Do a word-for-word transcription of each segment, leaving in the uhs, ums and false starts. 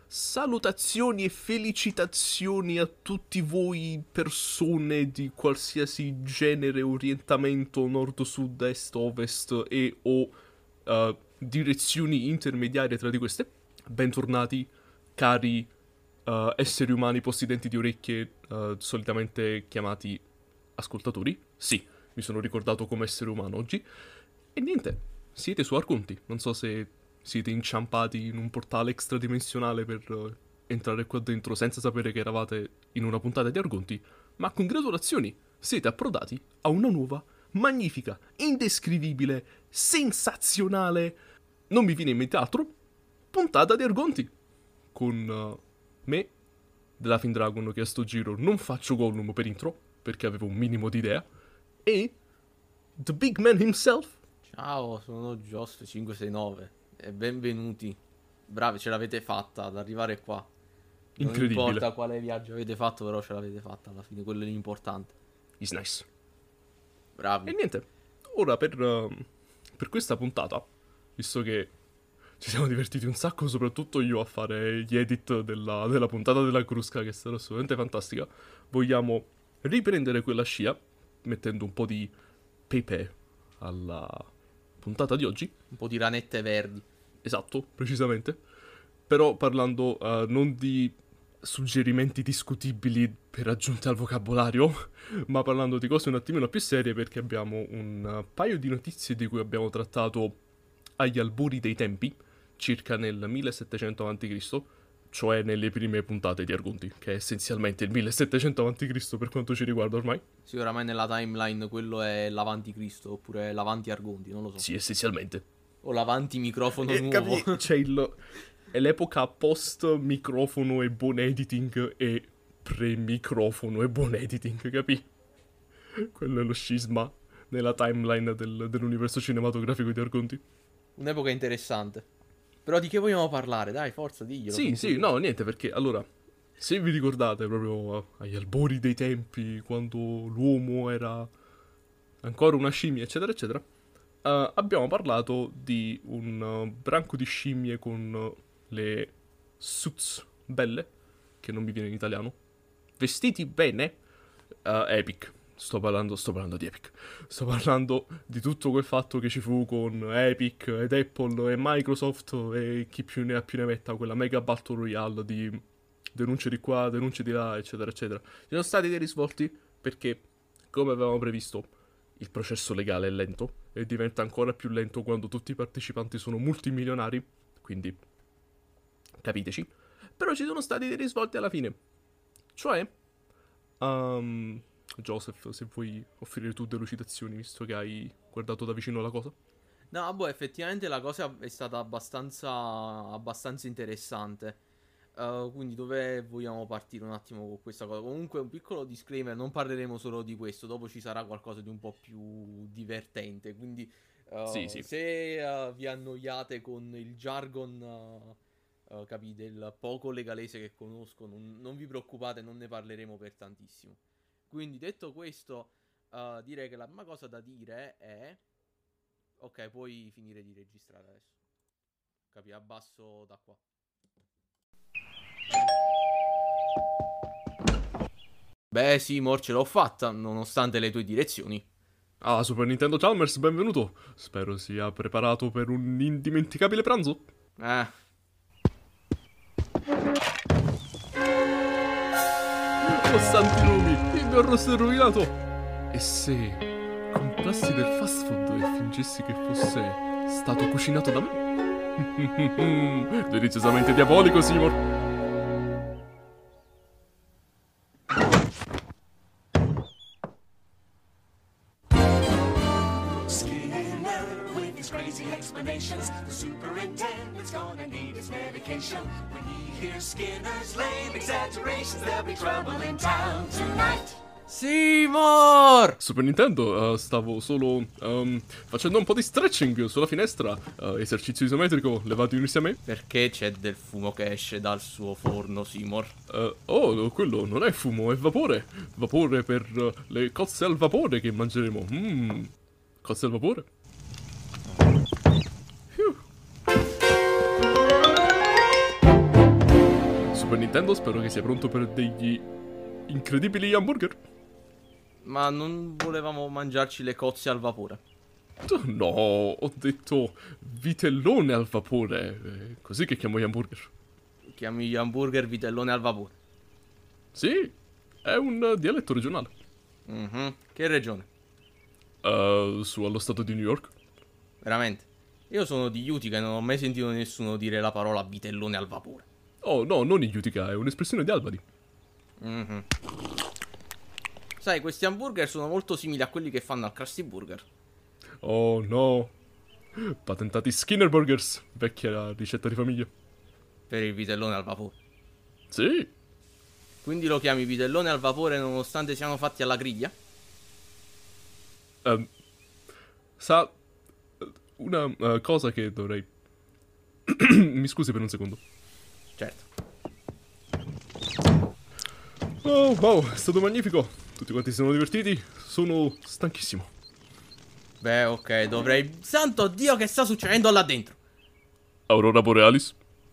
Salutazioni e felicitazioni a tutti voi persone di qualsiasi genere, orientamento, nord, sud, est, ovest e o uh, direzioni intermediarie tra di queste. Bentornati, cari uh, esseri umani possidenti di orecchie, uh, solitamente chiamati ascoltatori. Sì, mi sono ricordato come essere umano oggi. E niente, siete su Arconti. Non so se siete inciampati in un portale extradimensionale per uh, entrare qua dentro senza sapere che eravate in una puntata di Argonti, ma congratulazioni, siete approdati a una nuova, magnifica, indescrivibile, sensazionale, non mi viene in mente altro, puntata di Argonti. Con uh, me, The Laughing Dragon, che a sto giro non faccio Gollum per intro, perché avevo un minimo di idea, e The Big Man himself. Ciao, sono Jost cinque sei nove e benvenuti. Bravi, ce l'avete fatta ad arrivare qua. Non Incredibile. importa quale viaggio avete fatto, però ce l'avete fatta alla fine, quello è l'importante. Is nice. Bravi. E niente, ora per, uh, per questa puntata, visto che ci siamo divertiti un sacco, soprattutto io a fare gli edit della, della puntata della Crusca, che è stata assolutamente fantastica, vogliamo riprendere quella scia, mettendo un po' di pepe alla puntata di oggi. Un po' di ranette verdi. Esatto, precisamente. Però parlando uh, non di suggerimenti discutibili per aggiunte al vocabolario, ma parlando di cose un attimino più serie, perché abbiamo un uh, paio di notizie di cui abbiamo trattato agli albori dei tempi, circa nel millesettecento avanti Cristo, cioè nelle prime puntate di Argonti, che è essenzialmente il millesettecento avanti Cristo per quanto ci riguarda ormai. Sì, oramai nella timeline quello è l'avanti Cristo, oppure l'avanti Argonti, non lo so. Sì, essenzialmente. O l'avanti microfono Eh, nuovo. capi? C'è il... è l'epoca post microfono e buon editing e pre microfono e buon editing, capi? Quello è lo scisma nella timeline del- dell'universo cinematografico di Argonti. Un'epoca interessante. Però di che vogliamo parlare? Dai, forza, diglielo. Sì, sono sì, curioso. no, niente, perché allora, se vi ricordate proprio a- agli albori dei tempi, quando l'uomo era ancora una scimmia, eccetera, eccetera, eh, abbiamo parlato di un eh, branco di scimmie con eh, le suits belle, che non mi viene in italiano, vestiti bene, eh, Epic. Sto parlando, sto parlando di Epic. Sto parlando di tutto quel fatto che ci fu con Epic ed Apple e Microsoft e chi più ne ha più ne metta, quella mega battle royale di denunce di qua, denunce di là, eccetera, eccetera. Ci sono stati dei risvolti perché, come avevamo previsto, il processo legale è lento e diventa ancora più lento quando tutti i partecipanti sono multimilionari, quindi capiteci. Però ci sono stati dei risvolti alla fine. Cioè, um, Joseph, se vuoi offrire tu delucidazioni, visto che hai guardato da vicino la cosa. No, boh, effettivamente la cosa è stata abbastanza, abbastanza interessante. Uh, quindi dove vogliamo partire un attimo con questa cosa? Comunque un piccolo disclaimer, non parleremo solo di questo, dopo ci sarà qualcosa di un po' più divertente. Quindi uh, Sì, sì. se uh, vi annoiate con il jargon, uh, uh, capite, il poco legalese che conosco, non, non vi preoccupate, non ne parleremo per tantissimo. Quindi detto questo, uh, direi che la prima cosa da dire è... Ok, puoi finire di registrare adesso. Capi, abbasso da qua. Beh sì, Mor, ce l'ho fatta, nonostante le tue direzioni. Ah, Super Nintendo Chalmers, benvenuto. Spero sia preparato per un indimenticabile pranzo. Eh, Oh santi nomi, il mio arrosto è rovinato. E se comprassi del fast food e fingessi che fosse stato cucinato da me? Deliziosamente diabolico, Seymour. Skinner with his crazy explanations. The superintendent's gonna need his medication. When he hears Skinner's lame exaggerations, there'll be trouble in town tonight. Seymour! Super Nintendo, eh, stavo solo ehm, facendo un po' di stretching sulla finestra, eh, esercizio isometrico, levati uniti a me. Perché c'è del fumo che esce dal suo forno, Seymour? Eh, oh, quello non è fumo, è vapore. Vapore per eh, le cozze al vapore che mangeremo. Mmm, cozze al vapore. Phew. Super Nintendo, spero che sia pronto per degli incredibili hamburger. Ma non volevamo mangiarci le cozze al vapore? No, ho detto vitellone al vapore, è così che chiamo gli hamburger. Chiami gli hamburger vitellone al vapore? Sì, è un dialetto regionale. Mhm. Che regione? Uh, su allo stato di New York. Veramente? Io sono di Utica e non ho mai sentito nessuno dire la parola vitellone al vapore. Oh no, non in Utica, è un'espressione di Albany. Mhm. Sai, questi hamburger sono molto simili a quelli che fanno al Krusty Burger. Oh no, patentati Skinner Burgers, vecchia ricetta di famiglia. Per il vitellone al vapore. Sì, Quindi lo chiami vitellone al vapore nonostante siano fatti alla griglia? um, sa, una uh, cosa che dovrei... Mi scusi per un secondo. Certo. Oh wow, è stato magnifico, tutti quanti si sono divertiti, sono stanchissimo. Beh, ok, dovrei... Santo Dio, che sta succedendo là dentro? Aurora Borealis?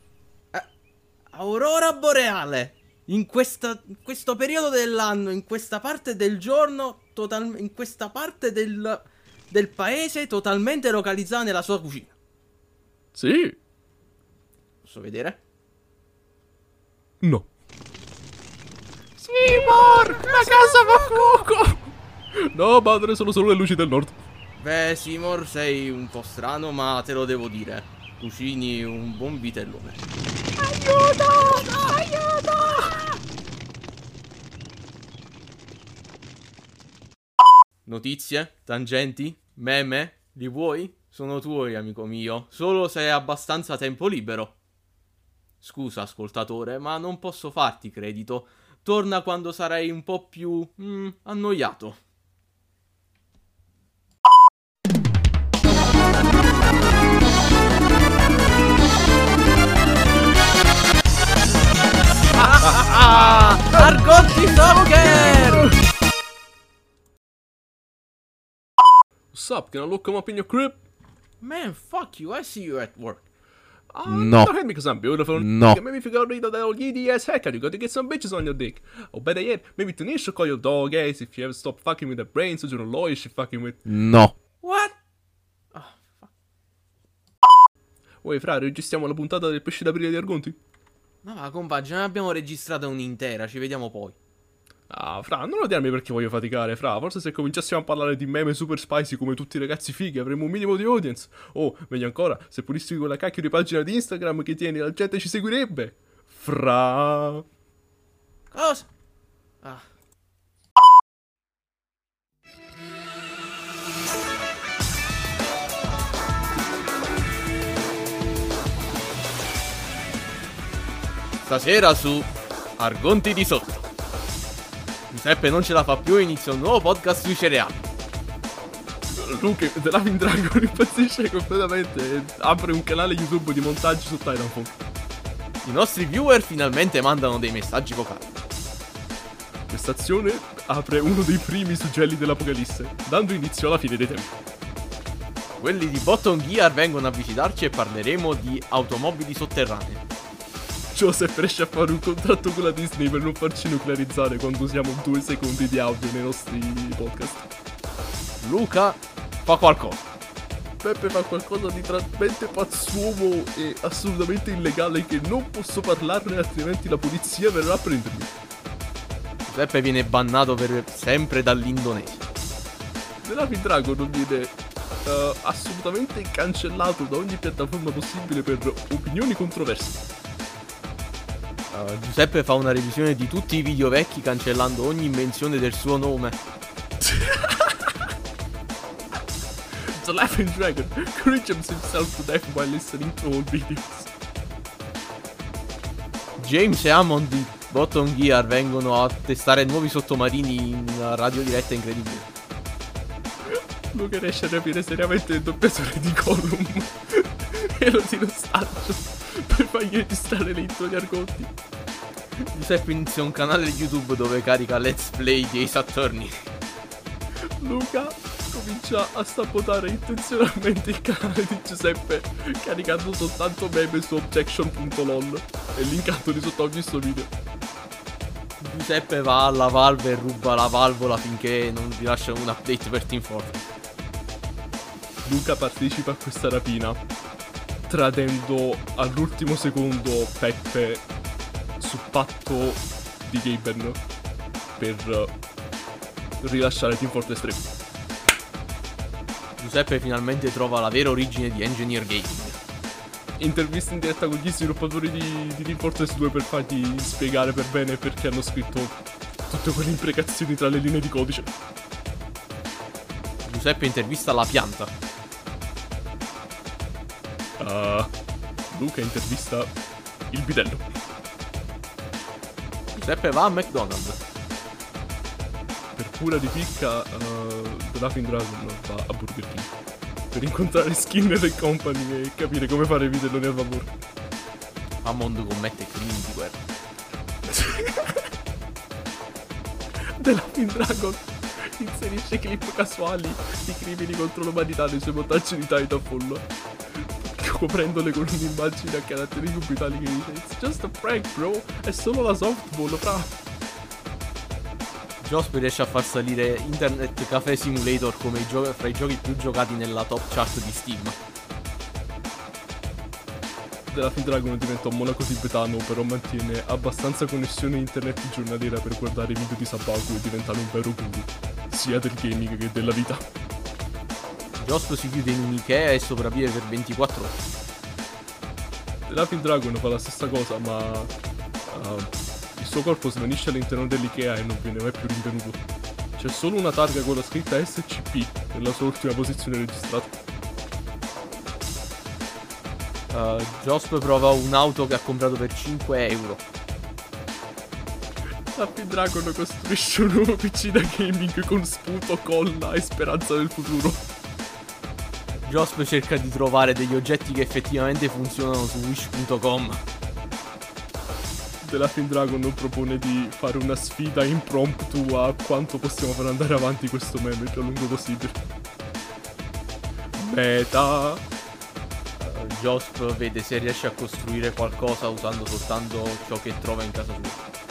Aurora boreale! In, questa, in questo periodo dell'anno, in questa parte del giorno, total, in questa parte del, del paese, totalmente localizzata nella sua cucina. Sì. Posso vedere? No. Seymour, la casa fa fuoco! No, padre, sono solo le luci del nord. Beh, Seymour, sei un po' strano, ma te lo devo dire. Cucini un buon vitellone. Aiuto! Aiuto! Notizie? Tangenti? Meme? Li vuoi? Sono tuoi, amico mio. Solo se hai abbastanza tempo libero. Scusa, ascoltatore, ma non posso farti credito. Torna quando sarai un po' più... Mm, annoiato. Argotti Soccer! What's up? Can I look 'em up in your crib? Man, fuck you, I see you at work. Ah, No. Don't hit me because I'm beautiful. No. You can maybe figure out that old E D S haircut. You got to get some bitches on your dick. Or better yet, maybe Tanisha should call your dog ass if you ever stop fucking with her brain so you don't know lawyer she fucking with. No. What? Uè, fra, registriamo la puntata del pesce d'aprile di Argonti? Ma va, compa, già ne abbiamo registrata un'intera, ci vediamo poi. Ah, fra, non odiarmi perché voglio faticare, fra. Forse se cominciassimo a parlare di meme super spicy come tutti i ragazzi fighi avremmo un minimo di audience. O, meglio ancora, se pulissi quella cacchio di pagina di Instagram che tieni, la gente ci seguirebbe. Fra... Cosa? Ah. Stasera su Argonti di sotto. Giuseppe non ce la fa più e inizia un nuovo podcast sui cereali. Luke, The Laughing Dragon impazzisce completamente e apre un canale YouTube di montaggi su Titanfall. I nostri viewer finalmente mandano dei messaggi vocali. Questa azione apre uno dei primi suggelli dell'Apocalisse, dando inizio alla fine dei tempi. Quelli di Bottom Gear vengono a visitarci e parleremo di automobili sotterranee. Joseph riesce a fare un contratto con la Disney per non farci nuclearizzare quando usiamo due secondi di audio nei nostri podcast. Luca fa qualcosa. Peppe fa qualcosa di talmente pazzuomo e assolutamente illegale che non posso parlarne, altrimenti la polizia verrà a prendermi. Giuseppe viene bannato per sempre dall'Indonesia. The Laughing Dragon viene uh, assolutamente cancellato da ogni piattaforma possibile per opinioni controverse. Uh, Giuseppe fa una revisione di tutti i video vecchi cancellando ogni menzione del suo nome. The Laughing Dragon cringes himself to death while listening to old videos. James e Hammond di Bottom Gear vengono a testare nuovi sottomarini in radio diretta incredibile. Luca riesce a capire seriamente il doppiatore di Gollum e lo tira ostaggio per fargli registrare le intro di Argotti. Giuseppe inizia un canale di YouTube dove carica let's play di Ace Attorney. Luca comincia a sabotare intenzionalmente il canale di Giuseppe caricando soltanto meme su objection punto lol e linkandoli sotto ogni suo video. Giuseppe va alla Valve e ruba la valvola finché non rilascia un update per Team Fortress. Luca partecipa a questa rapina tradendo all'ultimo secondo Peppe su patto di Gaben per rilasciare Team Fortress tre. Giuseppe finalmente trova la vera origine di Engineer Gaming. Intervista in diretta con gli sviluppatori di, di Team Fortress due per fargli spiegare per bene perché hanno scritto tutte quelle imprecazioni tra le linee di codice. Giuseppe intervista la pianta. Uh, Luca intervista il bidello. Giuseppe va a McDonald's. Per pura di picca, uh, The Laughing Dragon va a Burger King per incontrare Skinner e company e capire come fare i vitelloni al vapore. Hammond commette crimini di guerra. The Laughing Dragon inserisce clip casuali di crimini contro l'umanità nei suoi montaggi di Titanfall, coprendole con un'immagine a caratteri cubitali che dice "It's just a prank, bro, è solo la softball, fra". Josp riesce a far salire Internet Cafe Simulator come i gio- fra i giochi più giocati nella top chart di Steam. The Laughing Dragon diventa un monaco tibetano, però mantiene abbastanza connessione internet giornaliera per guardare video di Sabaku e diventare un vero guru, sia del gaming che della vita. Josp si chiude in un Ikea e sopravvive per ventiquattro ore. The Laughing Dragon fa la stessa cosa, ma uh, il suo corpo svanisce all'interno dell'Ikea e non viene mai più rinvenuto. C'è solo una targa con la scritta S C P nella sua ultima posizione registrata. Uh, Josp prova un'auto che ha comprato per cinque euro. Laughing Dragon costruisce un nuovo P C da gaming con sputo, colla e speranza del futuro. Josp cerca di trovare degli oggetti che effettivamente funzionano su wish punto com. The Laughing Dragon propone di fare una sfida impromptu a quanto possiamo far andare avanti questo meme il più a lungo possibile. Meta. Uh, Josp vede se riesce a costruire qualcosa usando soltanto ciò che trova in casa sua.